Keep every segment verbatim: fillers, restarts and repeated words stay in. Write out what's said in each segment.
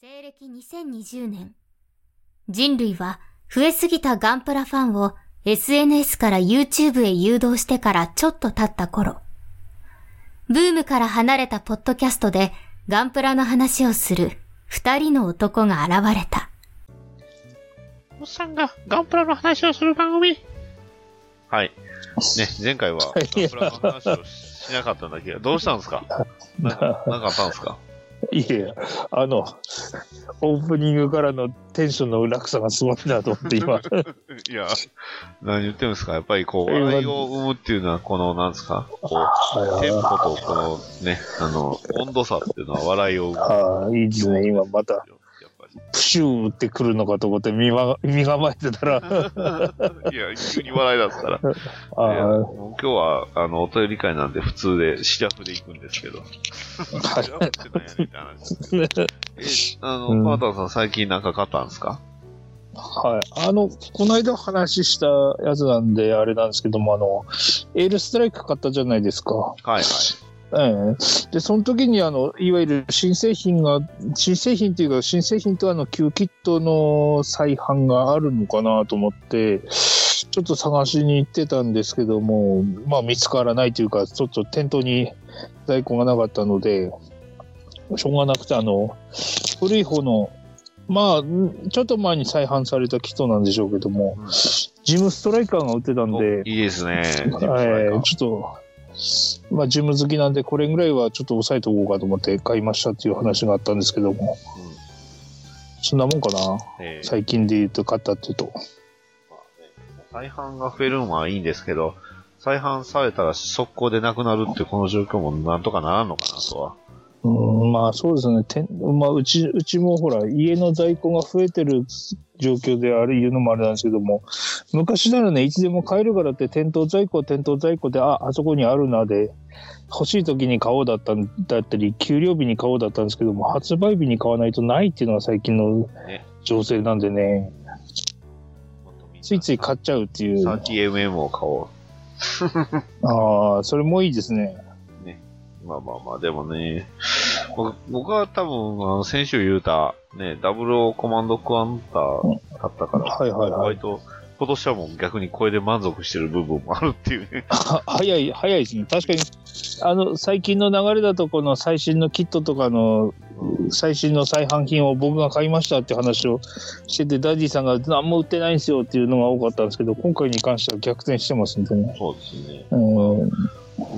西暦にせんにじゅうねん、人類は増えすぎたガンプラファンを エスエヌエス から YouTube へ誘導してからちょっと経った頃、ブームから離れたポッドキャストでガンプラの話をする二人の男が現れた。 おっさんがガンプラの話をする番組。はい。ね、前回はガンプラの話をしなかったんだけど、どうしたんですか？なんか、なんかあったんですか？ いや、あの、オープニングからのテンションの落差がすごいなと思って今。 いや、何言ってるんですか？やっぱりこう、笑いを生むっていうのは、この、なんですか、こう、テンポとこのね、あの、温度差っていうのは笑いを生む。 ああ、いいですね、今また。プシューってくるのかと思って見ま、見構えてたら。 いや、急に笑いだったら。ああ、もう今日は、あの、お便り会なんで普通で、シラフで行くんですけど。シラフって何やみたいな話。え、あの、パーターさん最近なんか買ったんですか？ はい。あの、この間話したやつなんで、あれなんですけども、あの、エールストライク買ったじゃないですか。 はいはい。 ええ、でその時にあのいわゆる新製品が新製品っていうか新製品とあの旧キットの再販があるのかなと思ってちょっと探しに行ってたんですけども、まあ見つからないというかちょっと店頭に在庫がなかったのでしょうがなくてあの古い方のまあちょっと前に再販されたキットなんでしょうけども、うん、ジムストライカーが売ってたんでいいですね。 えー、ちょっとまあ、ジム好きなんでこれぐらいはちょっと抑えておこうかと思って買いましたっていう話があったんですけども、うん、そんなもんかな、えー、最近で言うと買ったっていうと、 まあね、再販が増えるのはいいんですけど再販されたら速攻でなくなるってこの状況もなんとかならんのかなとは。 うん、まあそうですね。てまあ、うち、うちもほら、家の在庫が増えてる状況であるいうのもあれなんですけども、昔ならね、いつでも買えるからって店頭在庫、店頭在庫で、あ、あそこにあるなで、欲しい時に買おうだったんだったり、給料日に買おうだったんですけども、発売日に買わないとないっていうのが最近の情勢なんでね、ねついつい買っちゃうっていう。 サーティーエムエム を買おう。ああ、それもいいですね。 まあまあまあ、でもね、僕は多分、あの、先週言うた、ね、ダブルオーコマンドクワンターだったから、 はいはいはい。 割と、今年はもう逆にこれで満足してる部分もあるっていうね。 早い、早いですね。確かに、あの、最近の流れだと、この最新のキットとかの、最新の再販品を僕が買いましたって話をしてて、ダディさんが何も売ってないんですよっていうのが多かったんですけど、今回に関しては逆転してますんでね。 そうですね。 うんうん、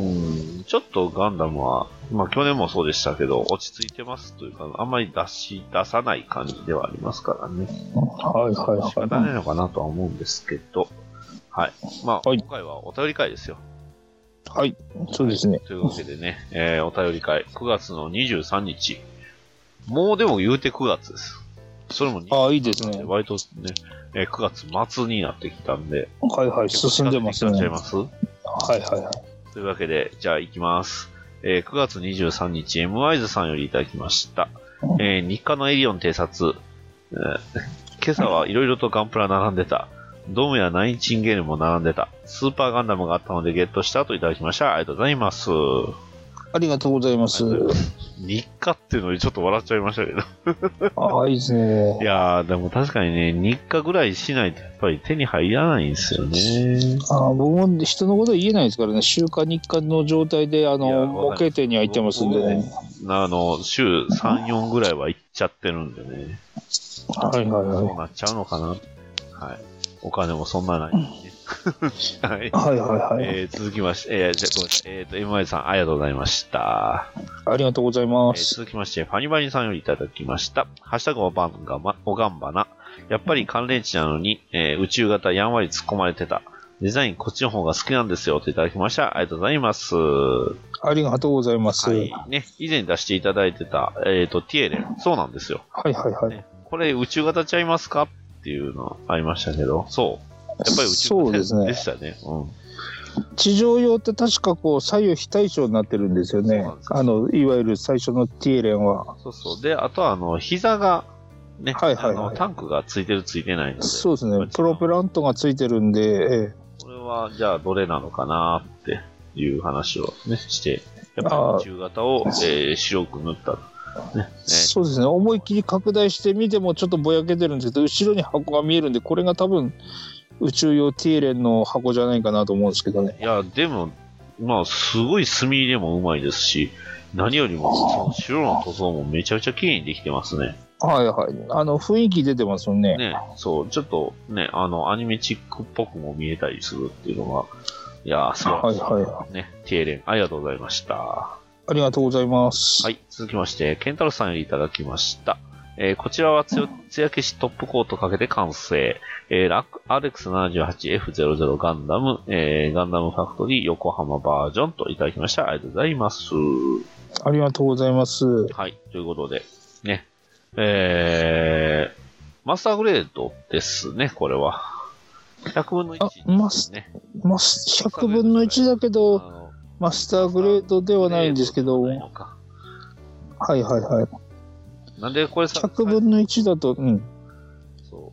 ちょっとガンダムは、まあ去年もそうでしたけど、落ち着いてますというか、あんまり出し、出さない感じではありますからね。 はいはいはい。 仕方ないのかなとは思うんですけど、はい。まあ、はい、今回はお便り会ですよ。 はい、そうですね。 というわけでね、えー、お便り会、くがつのにじゅうさんにち。もうでも言うてくがつです。それもにじゅうさんにち、 ああ、いいですね。 割とね、えー、くがつ末になってきたんで。 はいはい、進んでますね。 いらっしゃいます？ はいはいはい。 というわけで、じゃあ行きます。えー、くがつにじゅうさんにち、エムワイズ さんよりいただきました。えー、日課のエリオン偵察。えー、今朝はいろいろとガンプラ並んでた。ドームやナインチンゲールも並んでた。スーパーガンダムがあったのでゲットしたといただきました。ありがとうございます。 ありがとうございます。 日課っていうのにちょっと笑っちゃいましたけど。 ああ、いいですね。 いやー、でも確かにね、日課ぐらいしないとやっぱり手に入らないんですよね。 ああ、僕も人のこと言えないですからね。週課日課の状態で、あの、模型店には行ってますんでね。 あの、週さん、よんぐらいは行っちゃってるんでね。 はいはいはい。 そうなっちゃうのかな。はい。お金もそんなないんでね。はい。 はいはいはい。 えー、続きまして、えー、じゃごめんなさい。えっ、ー、と、エムワイ さん、ありがとうございました。 ありがとうございます。 えー、続きまして、ファニバニさんよりいただきました。ハッシュタグおばんがま、おがんばな。やっぱり寒冷地なのに、えー、宇宙型やんわり突っ込まれてた。デザインこっちの方が好きなんですよといただきました。ありがとうございます。 ありがとうございます。 はい。ね、以前出していただいてた、えっ、ー、と、ティエレン。そうなんですよ。 はいはいはい。 ね、これ宇宙型ちゃいますかっていうのありましたけど、そう。やっぱり宇宙型でしたね。うん。 地上用って確かこう左右非対称になってるんですよね。あのいわゆる最初のティエレンは。 そうそう。で、あとはあの膝がね、 はいはいはい、 あのタンクがついてるついてないので。 そうですね。プロペラントがついてるんで、ええ、 これはじゃあどれなのかなっていう話をねして、やっぱり宇宙型を、えー、白く塗った。 ね、 そうですね、思いっきり拡大してみてもちょっとぼやけてるんですけど、後ろに箱が見えるんで、これが多分宇宙用ティエレンの箱じゃないかなと思うんですけどね。 いや、でも、まあ、すごい墨入れもうまいですし、何よりもその白の塗装もめちゃくちゃ綺麗にできてますね。 はいはい。あの、雰囲気出てますよね。 ね、そう、ちょっとね、あの、アニメチックっぽくも見えたりするっていうのが、いやー、素晴らしい。 はいはい。 ね、ティエレン、ありがとうございました。 ありがとうございます。 はい、続きまして、ケンタロウさんよりいただきました。えー、こちらはつよ、つや消しトップコートかけて完成。えー、アールエックスななじゅうはちエフゼロゼロ ガンダム、えー、ガンダムファクトリー横浜バージョンといただきました。ありがとうございます。 ありがとうございます。 はい、ということで、ね、えー、マスターグレードですね、これは。ひゃくぶんのいちですね。 マス、ひゃくぶんのいちだけど、マスターグレードではないんですけど、はいはいはい。 なんでこれさ、 ひゃくぶんのいちだと、うん。 そう。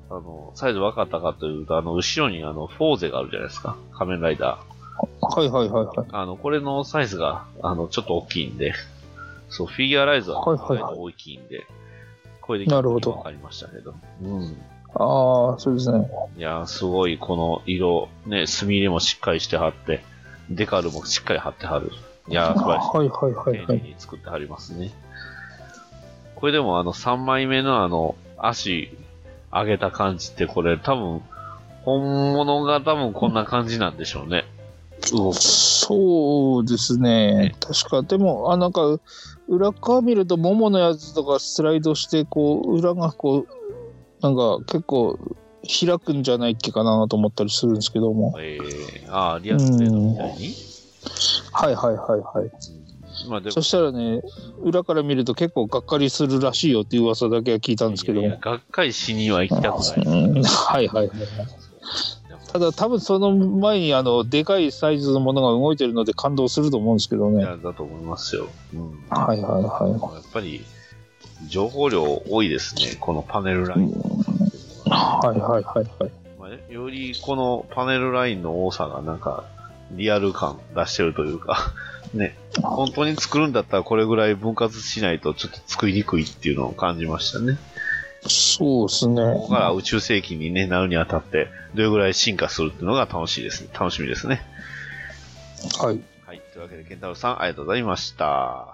あの、サイズ分かったかというと、あの、後ろにあの、フォーゼがあるじゃないですか。仮面ライダー。はいはいはいはい。 あの、これのサイズが、あの、ちょっと大きいんで、そう、フィギュアライズは大きいんで、これで結構分かりましたけど。うん。 ああ、そうですね。 いやー、すごい、この色、ね、墨入れもしっかりしてはって、デカルもしっかり貼ってはる。いやー、素晴らしい。 はいはいはいはい。 丁寧に作ってはりますね。これでもあのさんまいめのあの足上げた感じってこれ多分本物が多分こんな感じなんでしょうね。動く。 そうですね。ね、確かでもあなんか裏側見るともものやつとかスライドしてこう裏がこうなんか結構開くんじゃないっけかなと思ったりするんですけども。 えー、ああリアルプレイドみたいに。 はいはいはいはい。 まあ、でもそしたらね、裏から見ると結構がっかりするらしいよっていう噂だけは聞いたんですけども。 いやいやがっかりしには行きたくない。 うん、はいはいはい。ただ多分その前にあのでかいサイズのものが動いてるので感動すると思うんですけどね。 いやだと思いますよ。うん、 はいはいはい。 やっぱり情報量多いですね、このパネルライン。 うん、はいはいはいはい。 まあ、よりこのパネルラインの多さがなんかリアル感出してるというか。ね、本当に作るんだったらこれぐらい分割しないとちょっと作りにくいっていうのを感じましたね。 そうですね。 ここから宇宙世紀に、ね、なるにあたってどれぐらい進化するっていうのが楽しいです。楽しみですね。 はい。 はい。というわけで、ケンタロウさんありがとうございました。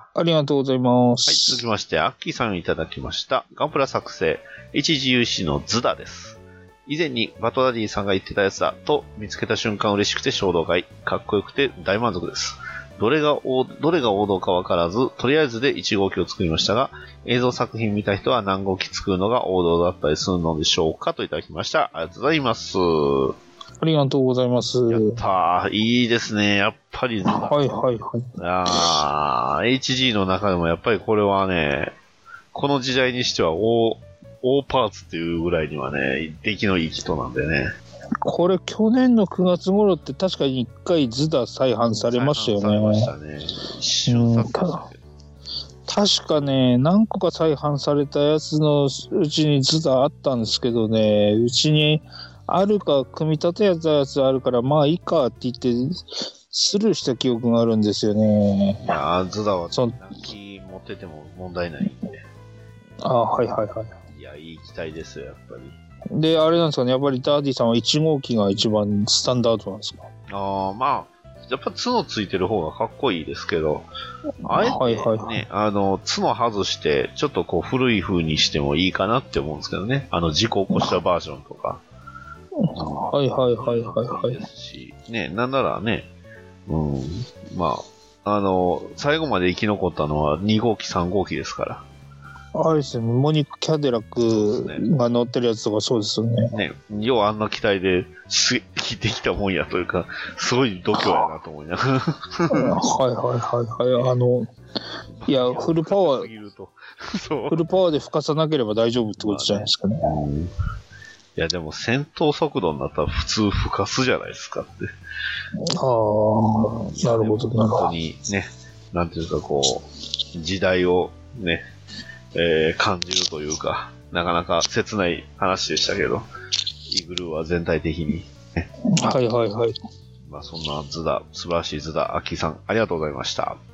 ありがとうございます。 はい。続きまして、アッキーさんをいただきました。ガンプラ作成 エイチジーユーシー のズダです。以前にバトダディさんが言ってたやつだと見つけた瞬間嬉しくて衝動買い。かっこよくて大満足です。どれが王、どれが王道かわからず、とりあえずでいち号機を作りましたが、映像作品見た人は何号機作るのが王道だったりするのでしょうかといただきました。ありがとうございます。 ありがとうございます。 やったー。いいですね。やっぱり。 はいはいはい。 あー、エイチジー の中でもやっぱりこれはね、この時代にしては大、大パーツっていうぐらいにはね、出来のいい人なんでね。 これ去年のくがつ頃って確かにいっかいズダ再販されましたよね。 再販されましたね。一瞬経ったんですけど。 確かね、何個か再販されたやつのうちにズダあったんですけどね、うちにあるか組み立てやったやつあるからまあいいかって言ってスルーした記憶があるんですよね。 いやー、ズダはラッキー持ってても問題ないんで。 ああ、はいはいはい。 いや、いい機体ですよ、やっぱり。 で、あれなんですかね、やっぱりダーディさんはいち号機が一番スタンダードなんですか？ ああ、まあ、やっぱ角ついてる方がかっこいいですけど、あえてね、はいはいはい、あの、角外して、ちょっとこう古い風にしてもいいかなって思うんですけどね。あの、事故起こしたバージョンとか。 はいはいはいはいはい。 ですし、ね、なんならね、うん、まあ、あの、最後まで生き残ったのはに号機、さん号機ですから。 あれですね、モニック・キャデラックが乗ってるやつとかそうですよね。 ね、要はあんな機体ですできたもんやというか、すごい度胸やなと思いながら。 はいはいはいはい。あの、いや、フルパワー、フルパワーで吹かさなければ大丈夫ってことじゃないですかね。まあね、うん、いやでも戦闘速度になったら普通吹かすじゃないですかって。 ああ、なるほどな。 本当にね、なんていうかこう、時代をね、えー、感じるというか、なかなか切ない話でしたけど、イーグルーは全体的に、ね。 はいはいはい。 まあそんなズダ、素晴らしいズダ、アッキーさん、ありがとうございました。 あ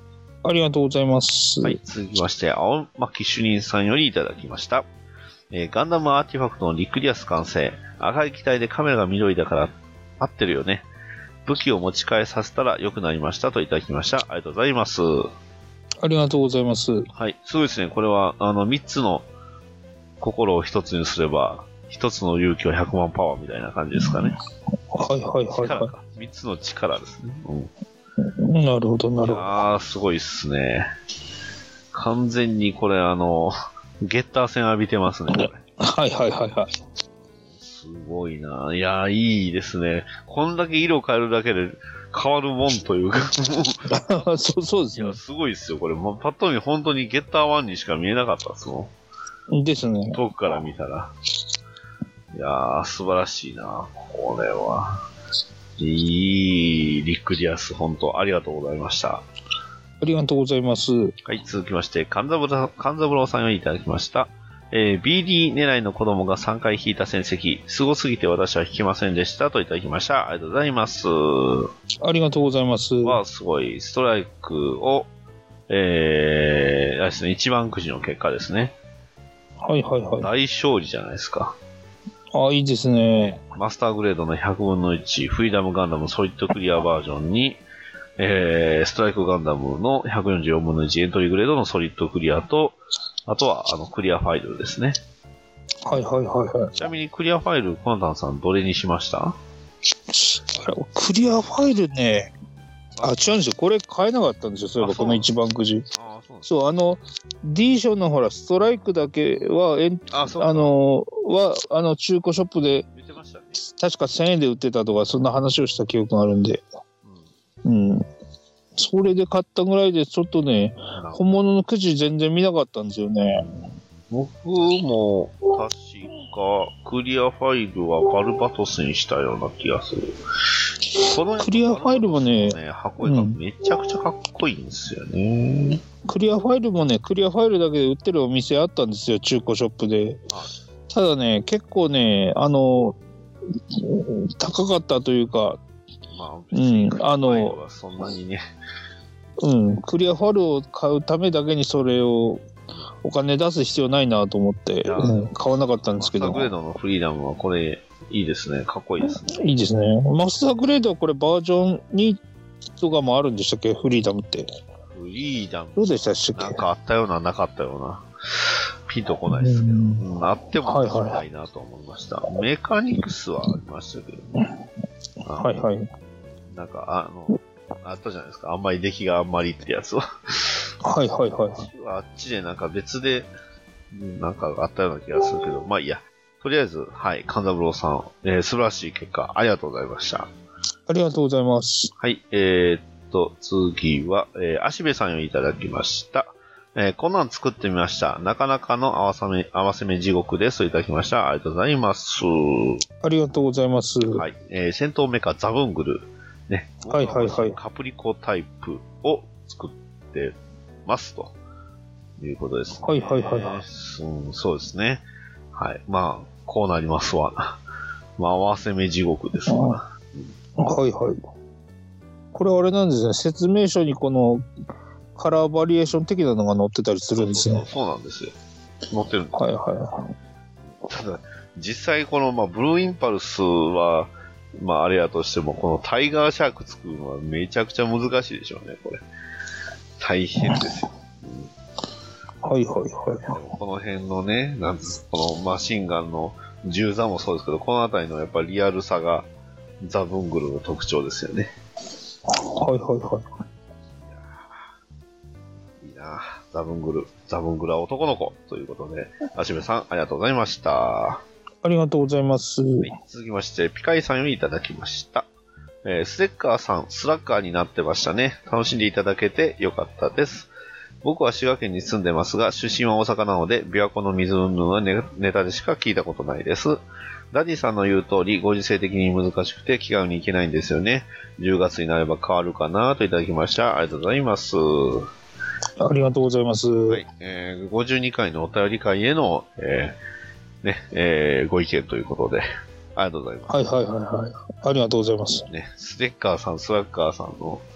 ありがとうございます。 はい、続きまして、青巻主任さんよりいただきました。えー、ガンダムアーティファクトのリクリアス完成。赤い機体でカメラが緑だから合ってるよね。武器を持ち替えさせたら良くなりましたといただきました。ありがとうございます。 ありがとうございます。 はい、すごいですね。これは、あの、みっつの心を一つにすれば、一つの勇気はひゃくまんパワーみたいな感じですかね。 はいはいはい、 はい。みっつの力ですね。 うん、なるほどなるほど。 ああ、すごいっすね。完全にこれ、あの、ゲッター戦浴びてますね、これ。 はいはいはいはい。 すごいな。いやー、いいですね。こんだけ色変えるだけで変わるもんというか。 そうそうですね。 いや、すごいっすよ、これ。ま、パッと見本当にゲッターワンにしか見えなかったっすもん。ですね。 遠くから見たら。いやー、素晴らしいな。これは。いい、リクリアス、本当ありがとうございました。 ありがとうございます。はい、続きまして、勘三郎さんよりいただきました。えー、ビーディー 狙いの子供がさんかい引いた戦績、すごすぎて私は引きませんでしたといただきました。ありがとうございます。 ありがとうございます。 は、すごい、ストライクを、えー、あれですね、一番くじの結果ですね。 はいはいはい。 大勝利じゃないですか。 ああ、いいですね。 マスターグレードのひゃくぶんのいち、フリーダムガンダムソリッドクリアバージョンに、えー、ストライクガンダムのひゃくよんじゅうよんぶんのいちエントリーグレードのソリッドクリアと、あとは、あの、クリアファイルですね。 はいはいはいはい。 ちなみにクリアファイル、コナタンさんどれにしました？あれ、クリアファイルね、あ、違うんですよ。これ買えなかったんですよ。そういえば、この一番くじ。あ、そう、そう、あの、D 賞のほら、ストライクだけは、えんあ, あの、は、あの、中古ショップで、 てましたね、 確かせんえんで売ってたとか、そんな話をした記憶があるんで。うん。うん、それで買ったぐらいで、ちょっとね、本物のくじ全然見なかったんですよね。 僕も、確か、クリアファイルはバルバトスにしたような気がする。このクリアファイルもね、 箱絵がめちゃくちゃかっこいいんですよね、 うん。クリアファイルもね、クリアファイルだけで売ってるお店あったんですよ、中古ショップで。ただね、結構ね、あの、高かったというか、 まあ、うん、あの、そんなにね。 うん、クリアファイルを買うためだけにそれをお金出す必要ないなと思って、うん、買わなかったんですけど。 マスターグレードのフリーダムはこれいいですね。かっこいいですね。 いいですね。マスターグレードはこれバージョンにとかもあるんでしたっけ？フリーダムって。 フリーダムどうでしたっけ？ なんかあったような、なかったような。ピンとこないですけど。うん、あっても面白いなと思いました。はいはい、メカニクスはありましたけどね。 はいはい。 なんか、あの、あったじゃないですか。あんまり出来があんまりってやつは。 はいはいはい。 あっちでなんか別で、なんかあったような気がするけど、まあいいや。とりあえず、はい、勘三郎さん、えー、素晴らしい結果、ありがとうございました。 ありがとうございます。 はい、えー、っと、次は、えー、足部さんよりいただきました。えー、こんなん作ってみました。なかなかの合わせ目、合わせ目地獄ですといただきました。ありがとうございます。 ありがとうございます。 はい、えー、戦闘メカザブングル。ね。 はいはいはい。 カプリコタイプを作ってますということですね。 はいはいはい、はいうん。そうですね。はい。まあ、こうなりますわ。まあ、合わせ目地獄ですわ、 うん。はいはい。これあれなんですね。説明書にこのカラーバリエーション的なのが載ってたりするんですね。 そうそうそうなんですよ。載ってるんです。 はいはい。 ただ、実際この、まあ、ブルーインパルスは、まあ、あれやとしても、このタイガーシャーク作るのはめちゃくちゃ難しいでしょうね、これ。大変ですよ。 うん、はいはいはい。 この辺のね、なんつこのマシンガンの銃座もそうですけど、このあたりのやっぱりリアルさがザブングルの特徴ですよね。 はいはいはい。 いいなザブングル、ザブングルは男の子ということで、足部さんありがとうございました。 ありがとうございます。はい、 続きまして、ピカイさんよりいただきました。えー、ステッカーさん、スラッガーになってましたね。楽しんでいただけてよかったです。僕は滋賀県に住んでますが、出身は大阪なので、琵琶湖の水云々はネ, ネタでしか聞いたことないです。ダディさんの言う通り、ご時世的に難しくて気軽に行けないんですよね。じゅうがつになれば変わるかなといただきました。ありがとうございます。 ありがとうございます。 はい、えー、ごじゅうにかいのお便り会への、えー、ね、えー、ご意見ということで、ありがとうございます。 はいはいはいはい。ありがとうございます。 ね、ステッカーさん、スラッガーさんの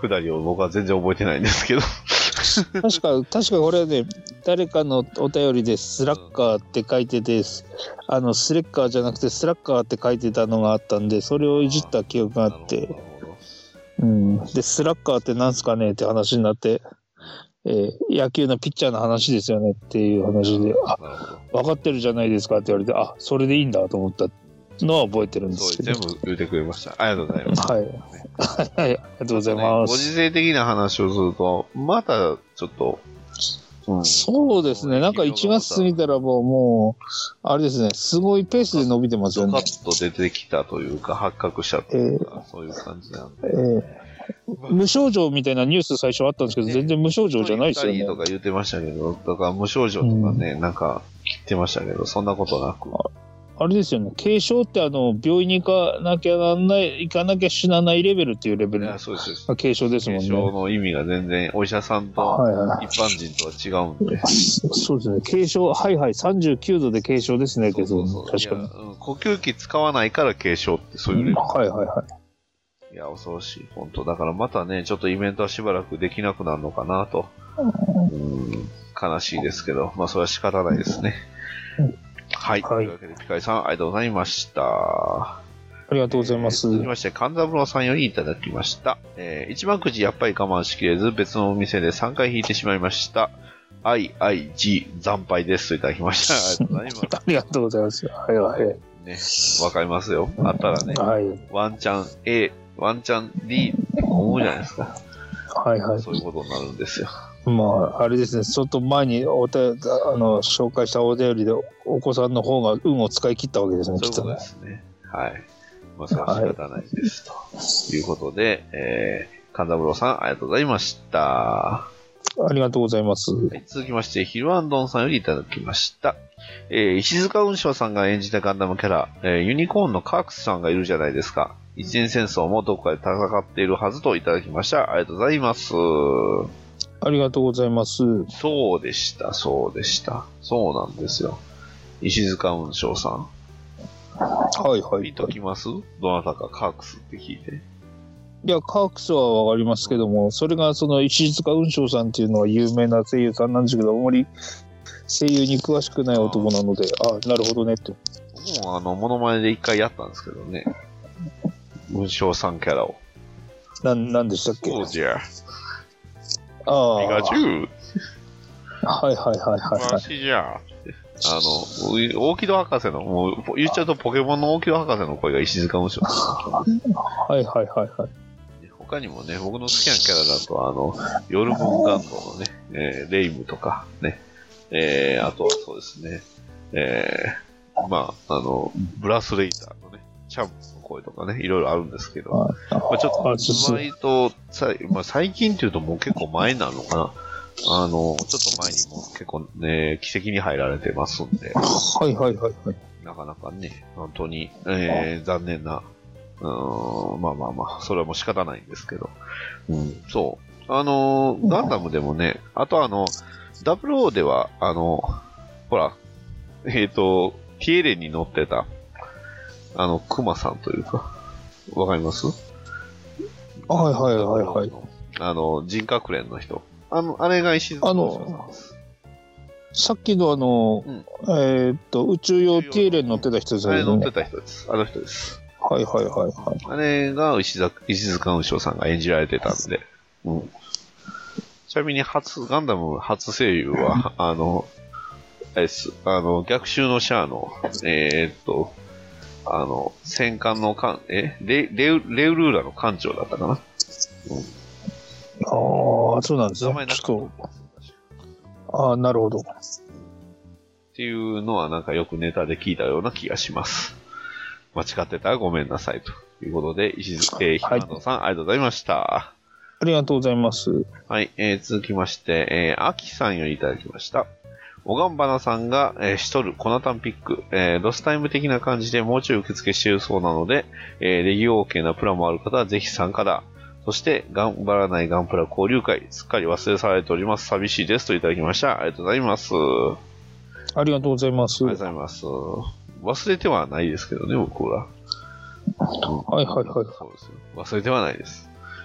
くだりを僕は全然覚えてないんですけど。 確か、確かこれはね、誰かのお便りでスラッカーって書いてて、あの、スレッカーじゃなくてスラッカーって書いてたのがあったんで、それをいじった記憶があって、うん。で、スラッカーってなんすかねって話になって、えー、野球のピッチャーの話ですよねっていう話で、あ、分かってるじゃないですかって言われて、あ、それでいいんだと思ったのは覚えてるんですけど。 そう、全部言ってくれました。ありがとうございます。 はい。はい、ありがとうございます。 ご時世的な話をすると、またちょっと、 うん、そうですね。なんかいちがつ過ぎたらもう、もう、あれですね、すごいペースで伸びてますよね。 ドカッと出てきたというか、発覚したというか、えー、そういう感じなんで。 えー無症状みたいなニュース最初あったんですけど、全然無症状じゃないですよね。 とか言ってましたけど、だから無症状とかね、うん、なんか言ってましたけど、そんなことなく。 あ, あれですよね、軽症ってあの、病院に行かなきゃなんない、行かなきゃ死なないレベルっていうレベルの軽症ですもんね。 軽症の意味が全然、お医者さんと一般人とは違うんで。はいはい、 そうですね、軽症、はいはい、さんじゅうきゅうどで軽症ですね、けど、確かに。 呼吸器使わないから軽症ってそういうレベル。 はいはいはい。 いや、恐ろしい。本当だからまたね、ちょっとイベントはしばらくできなくなるのかなと。うん、悲しいですけど、まあそれは仕方ないですね。はい。はい、というわけで、ピカイさん、ありがとうございました。 ありがとうございます。 えー、続きまして、勘三郎さんよりいただきました。えー、一番くじやっぱり我慢しきれず、別のお店でさんかい引いてしまいました。アイアイジー 惨敗ですといただきました。ありがとうございます。 ありがとうございます。はいはい。 ね、わかりますよ。あったらね。はい。ワンチャン A、ワンチャン D って思うじゃないですか。 はいはい。 そういうことになるんですよ。 まあ、あれですね、ちょっと前におたあの紹介したお便りで、お子さんの方が運を使い切ったわけですね、 きっとね。そういうことですね。はい。まあ、それは仕方ないです。はい、ということで、えー、神田室さん、ありがとうございました。 ありがとうございます。 はい、続きまして、ヒルアンドンさんよりいただきました。えー、石塚雲翔さんが演じたガンダムキャラ、えー、ユニコーンのカークスさんがいるじゃないですか。一年戦争もどこかで戦っているはずといただきました。ありがとうございます。 ありがとうございます。 そうでした、そうでした。そうなんですよ。石塚雲翔さん。 はいはい。 ピンときます？どなたかカークスって聞いて。 いや、カークスはわかりますけども、それがその石塚雲翔さんっていうのは有名な声優さんなんですけど、あまり声優に詳しくない男なので、ああ、なるほどねって。 僕もあの、モノマネで一回やったんですけどね。雲翔さんキャラを。 な、なんでしたっけ？ そうじゃ。 ああ。 ピカチュウ。 はいはいはいはい、はい。 私じゃ。あの、大木戸博士の、もう言っちゃうとポケモンの大木戸博士の声が石塚雲翔。 はいはいはいはい。 他にもね、僕の好きなキャラだと、あの、ヨルモンガンドのね、えー、レイムとかね、えー、あとはそうですね、えー、まあ、あの、ブラスレイターのね、チャンプの声とかね、いろいろあるんですけど、まあ、ちょっと、割と、まあ、最近っていうともう結構前なのかな。あの、ちょっと前にも結構ね、奇跡に入られてますんで。 はいはいはいはい。 なかなかね、本当に、えー、残念な、うーん、まあまあまあ、それはもう仕方ないんですけど。うん、そう。あの、ガンダムでもね、あとあの、ダブルオーでは、あの、ほら、えっ、ー、と、ティエレンに乗ってた、あの、クマさんというか、わかります？ はいはいはいはい。 あの、人格連の人。あの、あれが石塚雲翔さんです。 さっきのあの、うん、えー、っと、宇宙用ティエレン乗ってた人ですね。 あれ乗ってた人です。あの人です。 はいはいはいはい。 あれが石塚、石塚雲翔さんが演じられてたんで。うん。ちなみに初、ガンダム初声優は、あの、あれです。あの、逆襲のシャアの、えー、っと、あの、戦艦の艦、えレ、レウ、レウルーラの艦長だったかな。うん。 ああ、そうなんですね。名前なくて。ああ、なるほど。 っていうのはなんかよくネタで聞いたような気がします。間違ってたらごめんなさいということで、石塚、えー、ひまのさん、はい、ありがとうございました。 ありがとうございます。 はい、えー、続きまして、えー、あきさんよりいただきました。おがんばなさんが、えー、しとるコナタンピック、えー、ロスタイム的な感じでもうちょい受付しているそうなので、えー、レギュ OK なプランもある方はぜひ参加だ。そして、頑張らないガンプラ交流会、すっかり忘れ去られております。寂しいですといただきました。ありがとうございます。 ありがとうございます。 ありがとうございます。忘れてはないですけどね、僕は。 はいはいはい。 そうですよ。忘れてはないです。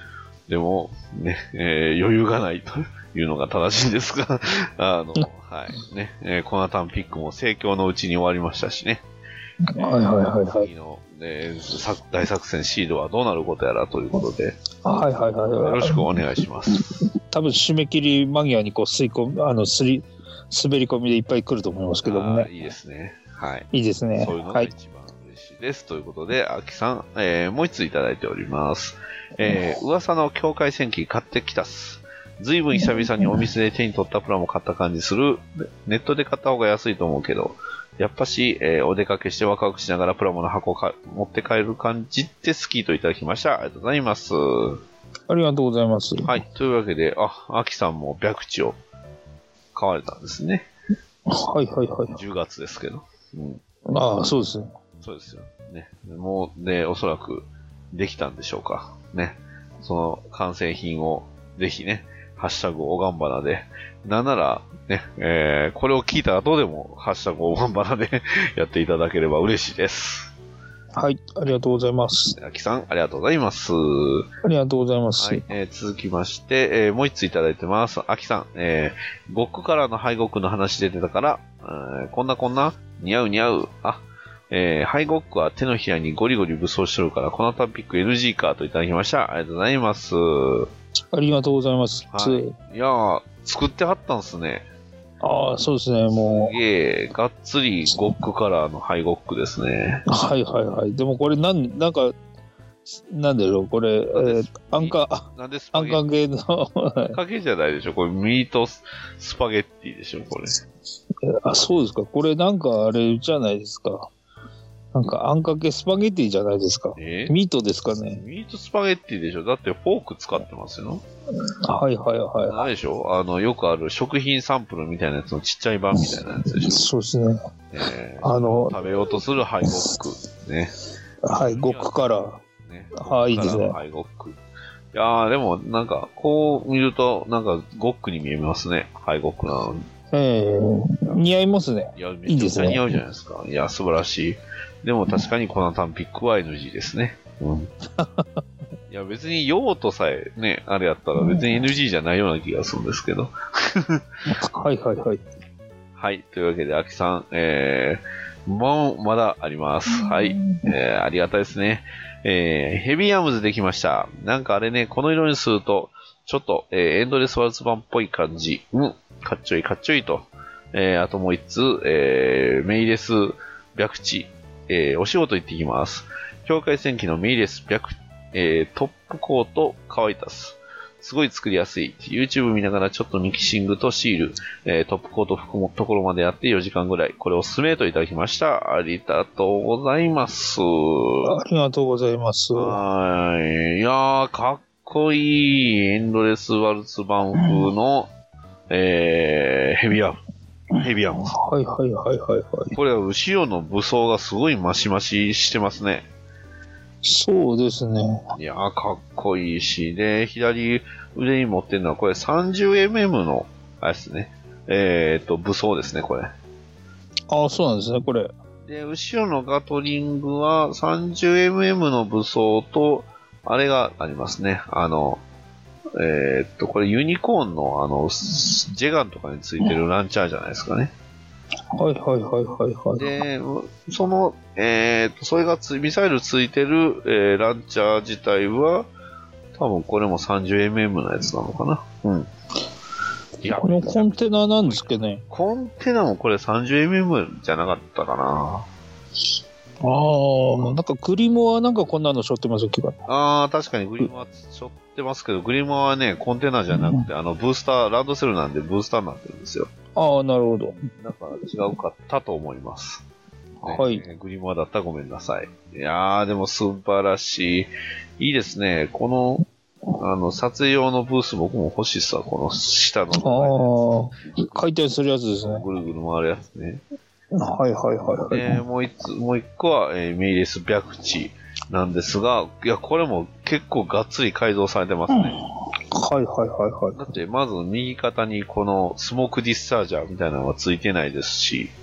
でも、ね、えー、余裕がないというのが正しいんですが、あの、はい、ね、えー、コナタンピックも盛況のうちに終わりましたしね。 はいはいはいはい。 次の、ね、大作戦シードはどうなることやらということで、 はいはいはい。よろしくお願いします。 多分締め切り間際にこう吸い込み、あの、すり、滑り込みでいっぱい来ると思いますけどもね。 いいですね。はい。 いいですね。 そういうのが一番嬉しいです。はい、ということで、アキさん、えー、もう一ついただいております。えー、噂の境界戦記買ってきたっす。ずいぶん久々にお店で手に取ったプラも買った感じする。ネットで買った方が安いと思うけど、やっぱし、えー、お出かけしてワクワクしながらプラモの箱をか持って帰る感じって好きといただきました。ありがとうございます。 ありがとうございます。 はい。というわけで、あ、アキさんも白地を買われたんですね。 はいはいはい。 じゅうがつですけど。うん、 ああ、そうですね。 そうですよ。ね。もう、ね、おそらくできたんでしょうか。ね。その完成品をぜひね、ハッシュタグおがんばなで、なんなら、ね、えー、これを聞いた後でも、ハッシュタグおがんばなでやっていただければ嬉しいです。 はい、ありがとうございます。 あきさん、ありがとうございます。 ありがとうございます。 はい、えー、続きまして、えー、もう一ついただいてます。あきさん、えー、ゴックからの敗北の話出てたから、えー、こんなこんな、似合う似合う、あ、えー、ハイゴックは手のひらにゴリゴリ武装してるから、このタピック エヌジー かといただきました。ありがとうございます。 ありがとうございます。 はい、いやー、作ってはったんすね。 ああ、そうですね、もう。すげえ、がっつりゴックカラーのハイゴックですね。 はいはいはい。でもこれなん、なんか、なんだろう、これ、えー、アンカ、 なんでスパゲアンカ系の。 かけじゃないでしょ。これミートスパゲッティでしょ、これ。 あ、そうですか。これなんかあれじゃないですか。なんかあんかけスパゲッティじゃないですか。えー、ミートですかね。 ミートスパゲッティでしょ。だってフォーク使ってますよ。 はいはいはい。 何でしょあの、よくある食品サンプルみたいなやつのちっちゃい版みたいなやつでしょ。 そうですね。 えー、あの、食べようとするハイゴック。ね。 はい、ゴックカラー。ね。ああ、いいですね。 ハイゴック。いやー、でもなんか、こう見ると、なんかゴックに見えますね。ハイゴックなのに。 ええー、似合いますね。 いや、めっちゃ似合うじゃないですか。いや、素晴らしい。でも確かにこのタンピックは エヌジー ですね。うん。いや、別に用途さえね、あれやったら別に エヌジー じゃないような気がするんですけど。 はいはいはい。 はい。というわけで、アキさん、えー、もう、まだあります。はい。えー、ありがたいですね。えー、ヘビーアームズできました。なんかあれね、この色にすると、ちょっと、えー、エンドレスワルツ版っぽい感じ。うん。かっちょいいかっちょいいと。えー、あともう一つ、えー、メイレス白地。えー、お仕事行ってきます。境界戦記のメイレス白、えー、トップコート乾いたす。すごい作りやすい。YouTube 見ながらちょっとミキシングとシール、えー、トップコート含むところまでやってよじかんぐらい。これおすすめといただきました。ありがとうございます。 ありがとうございます。 はい。いやー、かっこいいエンドレスワルツ版風の、えー、ヘビアム。ヘビアム。 はいはいはいはいはい。 これは後ろの武装がすごいマシマシしてますね。 そうですね。 いやー、かっこいいし、で、左腕に持ってるのは、これ さんじゅうエムエム の、あれですね。えーと、武装ですね、これ。 ああ、そうなんですね、これ。 で、後ろのガトリングは さんじゅうエムエム の武装と、あれがありますね。あの、えー、っと、これユニコーンの、あの、ジェガンとかについてるランチャーじゃないですかね。 はいはいはいはいはい。 で、その、えー、っと、それがつ、ミサイルついてる、えー、ランチャー自体は、多分これも さんじゅうエムエム のやつなのかな。うん。 いや、このコンテナなんですけどね。 コンテナもこれ さんじゅうエムエム じゃなかったかな。 ああ、なんかグリモはなんかこんなの背負ってますよ、 ああ、確かにグリモは背負ってますけど、グリモはね、コンテナじゃなくて、うん、あの、ブースター、ランドセルなんでブースターになってるんですよ。 ああ、なるほど。 だから違うかったと思います。ね、 はい。 グリモアだったらごめんなさい。いやー、でも素晴らしい。いいですね。この、あの、撮影用のブース僕も欲しいっすわ、この下の。 ああ、回転するやつですね。 ぐるぐる回るやつね。 はいはいはいはい。 で、もう一つ、もう一個は、えー、メイレス白地なんですが、いや、これも結構がっつり改造されてますね。 はいはいはいはい。 だって、まず右肩にこのスモークディスチャージャーみたいなのはついてないですし、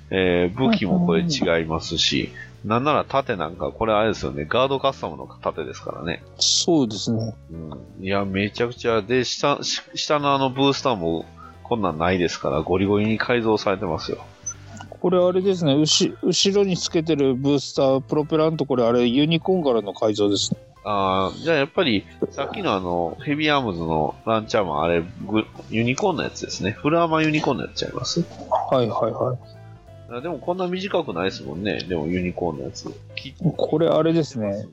えー、武器もこれ違いますし、なんなら盾なんか、これあれですよね、ガードカスタムの盾ですからね。 そうですね。 うん、いや、めちゃくちゃ、で、下、下のあのブースターもこんなんないですから、ゴリゴリに改造されてますよ。 これあれですね、後後ろにつけてるブースター、プロペラント、これあれユニコーンからの改造ですね。 ああ、じゃあやっぱり、さっきのあの、ヘビーアームズのランチャーマン、あれ、ユニコーンのやつですね。フルアーマーユニコーンのやつちゃいます？ はいはいはい。 でもこんな短くないですもんね。でもユニコーンのやつ。 これあれですね。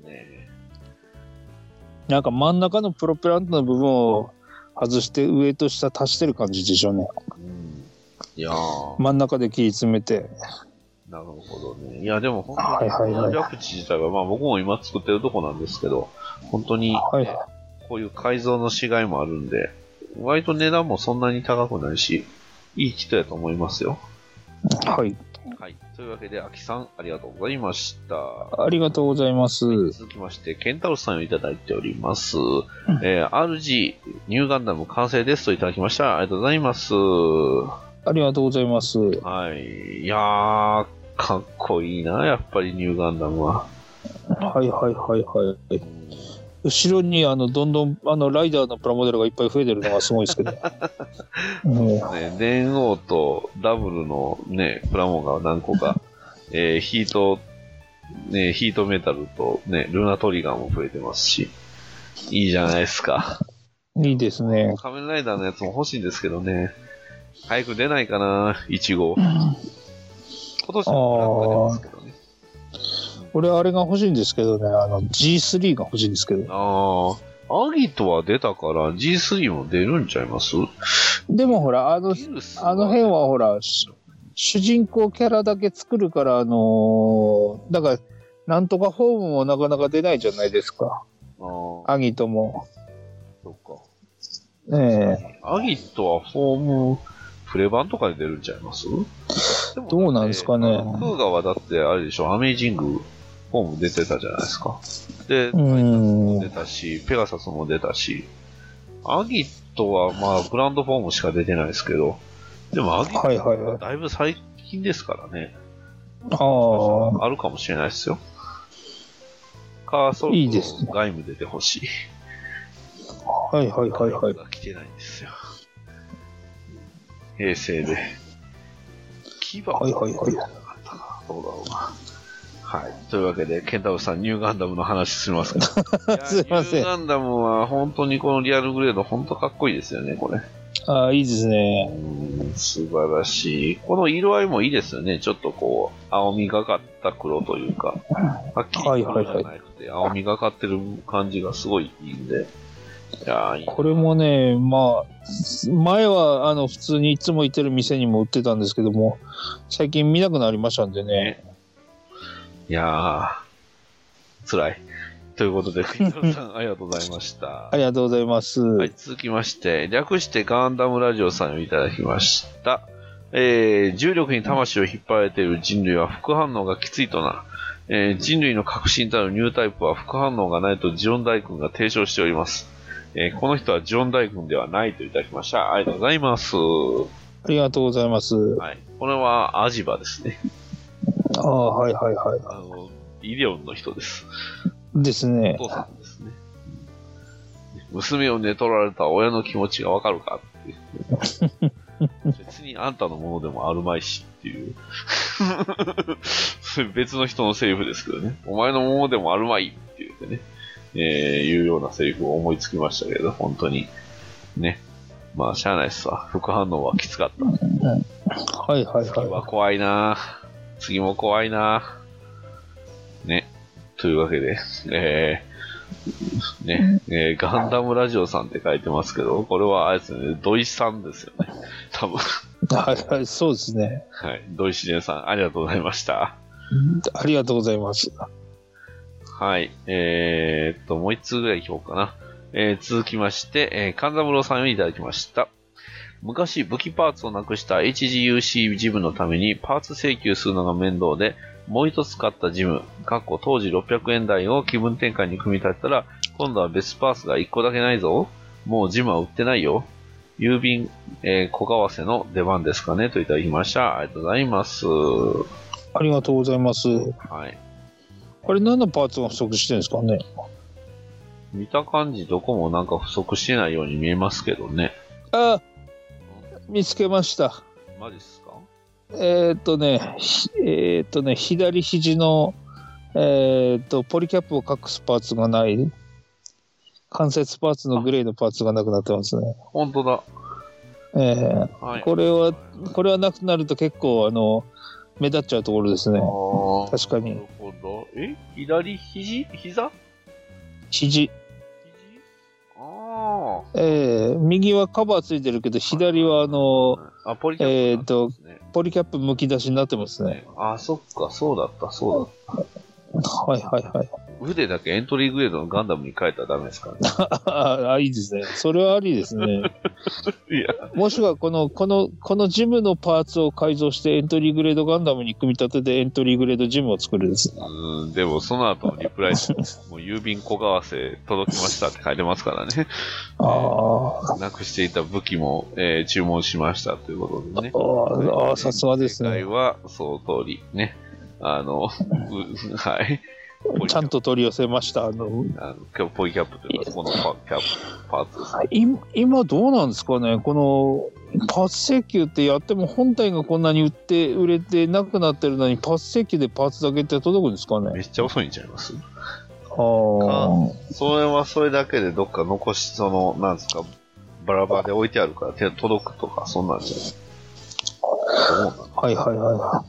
なんか真ん中のプロペラントの部分を外して上と下足してる感じでしょうね。 うん、いやー。 真ん中で切り詰めて。 なるほどね。いやでも本当に、はいはいはい、ジャクチ自体は、まあ僕も今作ってるとこなんですけど、本当に、こういう改造のしがいもあるんで、割と値段もそんなに高くないし、いいキットやと思いますよ。 はい。 はい。というわけで、アキさん、ありがとうございました。 ありがとうございます。 はい、続きまして、ケンタロスさんをいただいております。うん、えー、アールジー、ニューガンダム完成ですといただきました。ありがとうございます。 ありがとうございます。 はい。いやー、かっこいいな、やっぱりニューガンダムは。 はいはいはいはい。うん、後ろにあのどんどんあのライダーのプラモデルがいっぱい増えてるのがすごいですけど。 うんね、電王とダブルのね、プラモが何個か、えー、ヒート、ね、ヒートメタルとね、ルナトリガーも増えてますし、いいじゃないですか。 いいですね。 仮面ライダーのやつも欲しいんですけどね、早く出ないかな、いち号。今年もなんか出ますけどね。 俺あれが欲しいんですけどね、あの ジースリー が欲しいんですけど。 ああ、アギトは出たから ジースリー も出るんちゃいます？ でもほら、あの、あの辺はほら、主人公キャラだけ作るから、あのー、だから、なんとかフォームもなかなか出ないじゃないですか。アギトも。 そっか。 ええ。 アギトはフォーム、プレ版とかで出るんちゃいます？ でもどうなんですかね。 クーガはだってあれでしょ、アメイジングフォーム出てたじゃないですか。で、タイタンも出たし、ペガサスも出たし、アギトはまあグランドフォームしか出てないですけど、でもアギトはだいぶ最近ですからね。 ああ。 あるかもしれないですよ。カーソルとガイム出てほしい。 はいはいはいはい。 が来てないんですよ。平成で。キバはいはいはい。 どうだろうな。はい。というわけで、ケンタロウさん、ニューガンダムの話しますかすいません。 ニューガンダムは本当にこのリアルグレード本当かっこいいですよね、これ。 ああ、いいですね。 うん、素晴らしい。この色合いもいいですよね。ちょっとこう、青みがかった黒というか、はっきり黒じゃなくて、はいはいはい、青みがかってる感じがすごいいいんで。いやいいこれもね、まあ、前はあの普通にいつも行ってる店にも売ってたんですけども、最近見なくなりましたんでね。 いやー、辛い。ということで、ケンタロウさん、ありがとうございました。 ありがとうございます。 はい、続きまして、略してガンダムラジオさんをいただきました。えー、重力に魂を引っ張られている人類は副反応がきついとな。えー、人類の革新たるニュータイプは副反応がないとジオン大君が提唱しております。えー、この人はジオン大君ではないといただきました。ありがとうございます。 ありがとうございます。 はい。これはアジバですね。 ああ、はいはいはい。 あの、イデオンの人です。 ですね。 お父さんですね。娘を寝取られた親の気持ちがわかるかって。別にあんたのものでもあるまいしっていう。それ別の人のセリフですけどね。お前のものでもあるまいって言ってね。えー、いうようなセリフを思いつきましたけど、本当に。ね。まあ、しゃあないっすわ。副反応はきつかった。 はいはいはい。 次は怖いな次も怖いなね。というわけで、えー、ね、えー、ガンダムラジオさんって書いてますけど、これはあれですね、土井さんですよね。多分。 はいはい、そうですね。 はい。土井自然さん、ありがとうございました。 ありがとうございます。 はい。えー、っと、もう一通ぐらいいこうかな。えー、続きまして、えー、神三郎さんをいただきました。昔、武器パーツをなくした エイチジーユーシー ジムのためにパーツ請求するのが面倒で、もう一つ買ったジム、かっこ当時ろっぴゃくえん台を気分転換に組み立てたら、今度は別パーツがいっこだけないぞ。もうジムは売ってないよ。 郵便、えー、小為替の出番ですかねといただきました。ありがとうございます。 ありがとうございます。 はい。 これ何のパーツが不足してるんですかね。 見た感じどこもなんか不足してないように見えますけどね。 ああ、見つけました。 マジっすか？ えー、っとね、えー、っとね、左肘の、えー、っと、ポリキャップを隠すパーツがない、関節パーツのグレーのパーツがなくなってますね。 本当だ。 えーはい、これは、これはなくなると結構、あの、目立っちゃうところですね。確かに。 なるほど。え左肘膝肘。 ああ。 えー、右はカバーついてるけど、左はあの、 あ、ポリキャップ、ね、 えー、っと、ポリキャップむき出しになってますね。 あ、そっか、そうだった、そうだった。 はいはいはい。 腕だけエントリーグレードのガンダムに変えたらダメですからね。あ、いいですね。それはありですね。 いや。 もしくはこの、この、このジムのパーツを改造してエントリーグレードガンダムに組み立ててエントリーグレードジムを作るです。 うん、でもその後のリプライでもう郵便小為替届きましたって書いてますからね。ああ。なくしていた武器も、えー、注文しましたということでね。 ああ、さすがですね。 正解は、その通りね。あの、はい。 ちゃんと取り寄せました。あの、 あのポイキャップというか、このパキャップ、パーツですね。 今、今どうなんですかね、このパーツ請求ってやっても本体がこんなに売って売れてなくなってるのに、パーツ請求でパーツだけって届くんですかね。 めっちゃ遅いんちゃいます？ああ。それはそれだけでどっか残し、その、なんですか、バラバラで置いてあるから手届くとか、そんなんじゃない。 はいはいはい。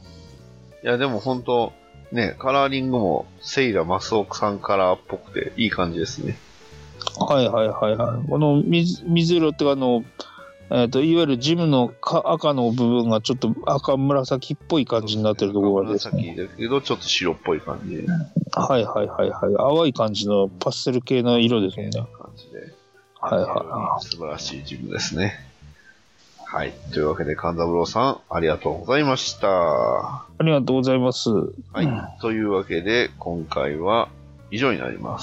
いや、でも本当ね、カラーリングもセイラ・マスオクさんカラーっぽくていい感じですね。 はいはいはいはい。この水水色っていうかあの、えーと、いわゆるジムのか赤の部分がちょっと赤紫っぽい感じになってるところがですね。 紫だけどちょっと白っぽい感じで。 はいはいはいはい。淡い感じのパステル系の色ですね。 感じで。 はいはい。 素晴らしいジムですね。はい。というわけで、勘三郎さん、ありがとうございました。 ありがとうございます。はい。 というわけで、今回は以上になります。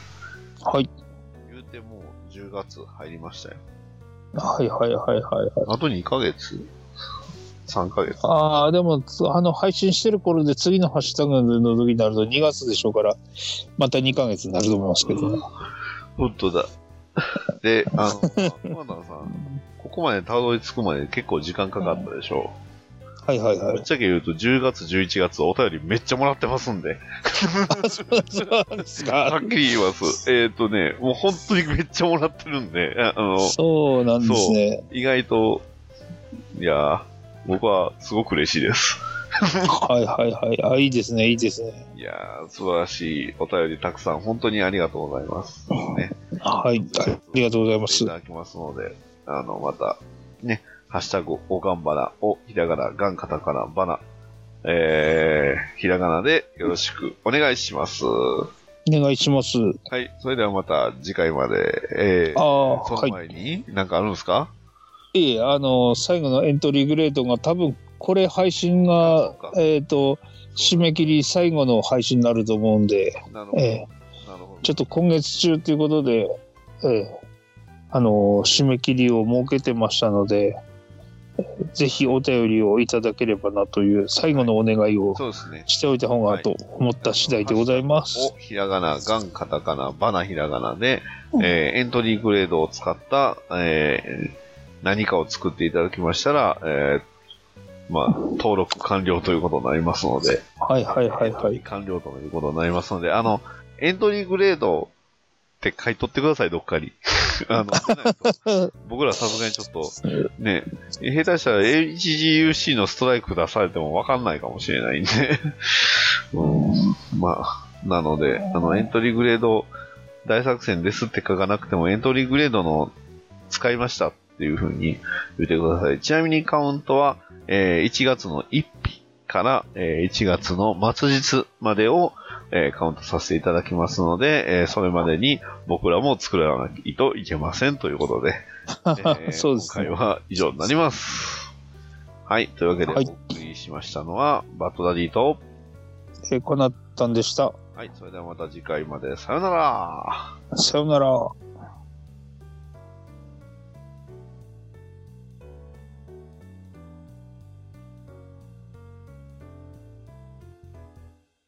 はい。 言うてもうじゅうがつ入りましたよ。 はいはいはいはい、はい。 あとにかげつ ?さん ヶ月。 ああ、でも、あの、配信してる頃で次のハッシュタグの時になるとにがつでしょうから、またにかげつになると思いますけどね。 本当だ。で、あの、熊田さん、ここまでたどり着くまで結構時間かかったでしょう。はいはいはい。 ぶっちゃけ言うとじゅうがつ、じゅういちがつお便りめっちゃもらってますんで。 あ、そうですか。 はっきり言います。えっ、ー、とね、もう本当にめっちゃもらってるんで、あの、 そうなんですね。 意外と、いや、僕はすごく嬉しいです。 はいはいはい。あ、いいですね、いいですね。 いやー、素晴らしいお便りたくさん、本当にありがとうございます。ね、 はい、ありがとうございます。 いただきますので、あの、また、ね、ハッシュタグ、おがんばな、お、ひらがな、がん、カタカナ、ばな、えー、ひらがなでよろしくお願いします。お願いします。 はい、それではまた次回まで、えー、 あその前に、なんかあるんですか？ いえ、あの、最後のエントリーグレードが多分、これ配信が、えっ、ー、と、締め切り最後の配信になると思うんで、 なるほど、 えー、なるほどちょっと今月中ということで、えー、あの、締め切りを設けてましたので、ぜひお便りをいただければなという最後のお願いをしておいた方がと思った次第でございます。 お、ひらがな、がん、カタカナ、ばな、ひらがなで、えー、エントリーグレードを使った、えー、何かを作っていただきましたら、えーまあ、登録完了ということになりますので。 はいはいはいはい。 完了ということになりますので、あの、エントリーグレードって書いとってください、どっかに。あの、僕らさすがにちょっと、ね、下手したら エイチジーユーシー のストライク出されてもわかんないかもしれないんで。うん、まあ、なので、あの、エントリーグレード大作戦ですって書かなくても、エントリーグレードの使いましたっていう風に言ってください。ちなみにカウントは、えー、いちがつのついたちから、えー、いちがつの末日までを、えー、カウントさせていただきますので、えー、それまでに僕らも作らないといけませんということで、えー、そうですね、今回は以上になります。はい、というわけでお送りしましたのは、はい、バッドダディと、 えー、コナタンでした。 はい、それではまた次回までさよなら。 さよなら。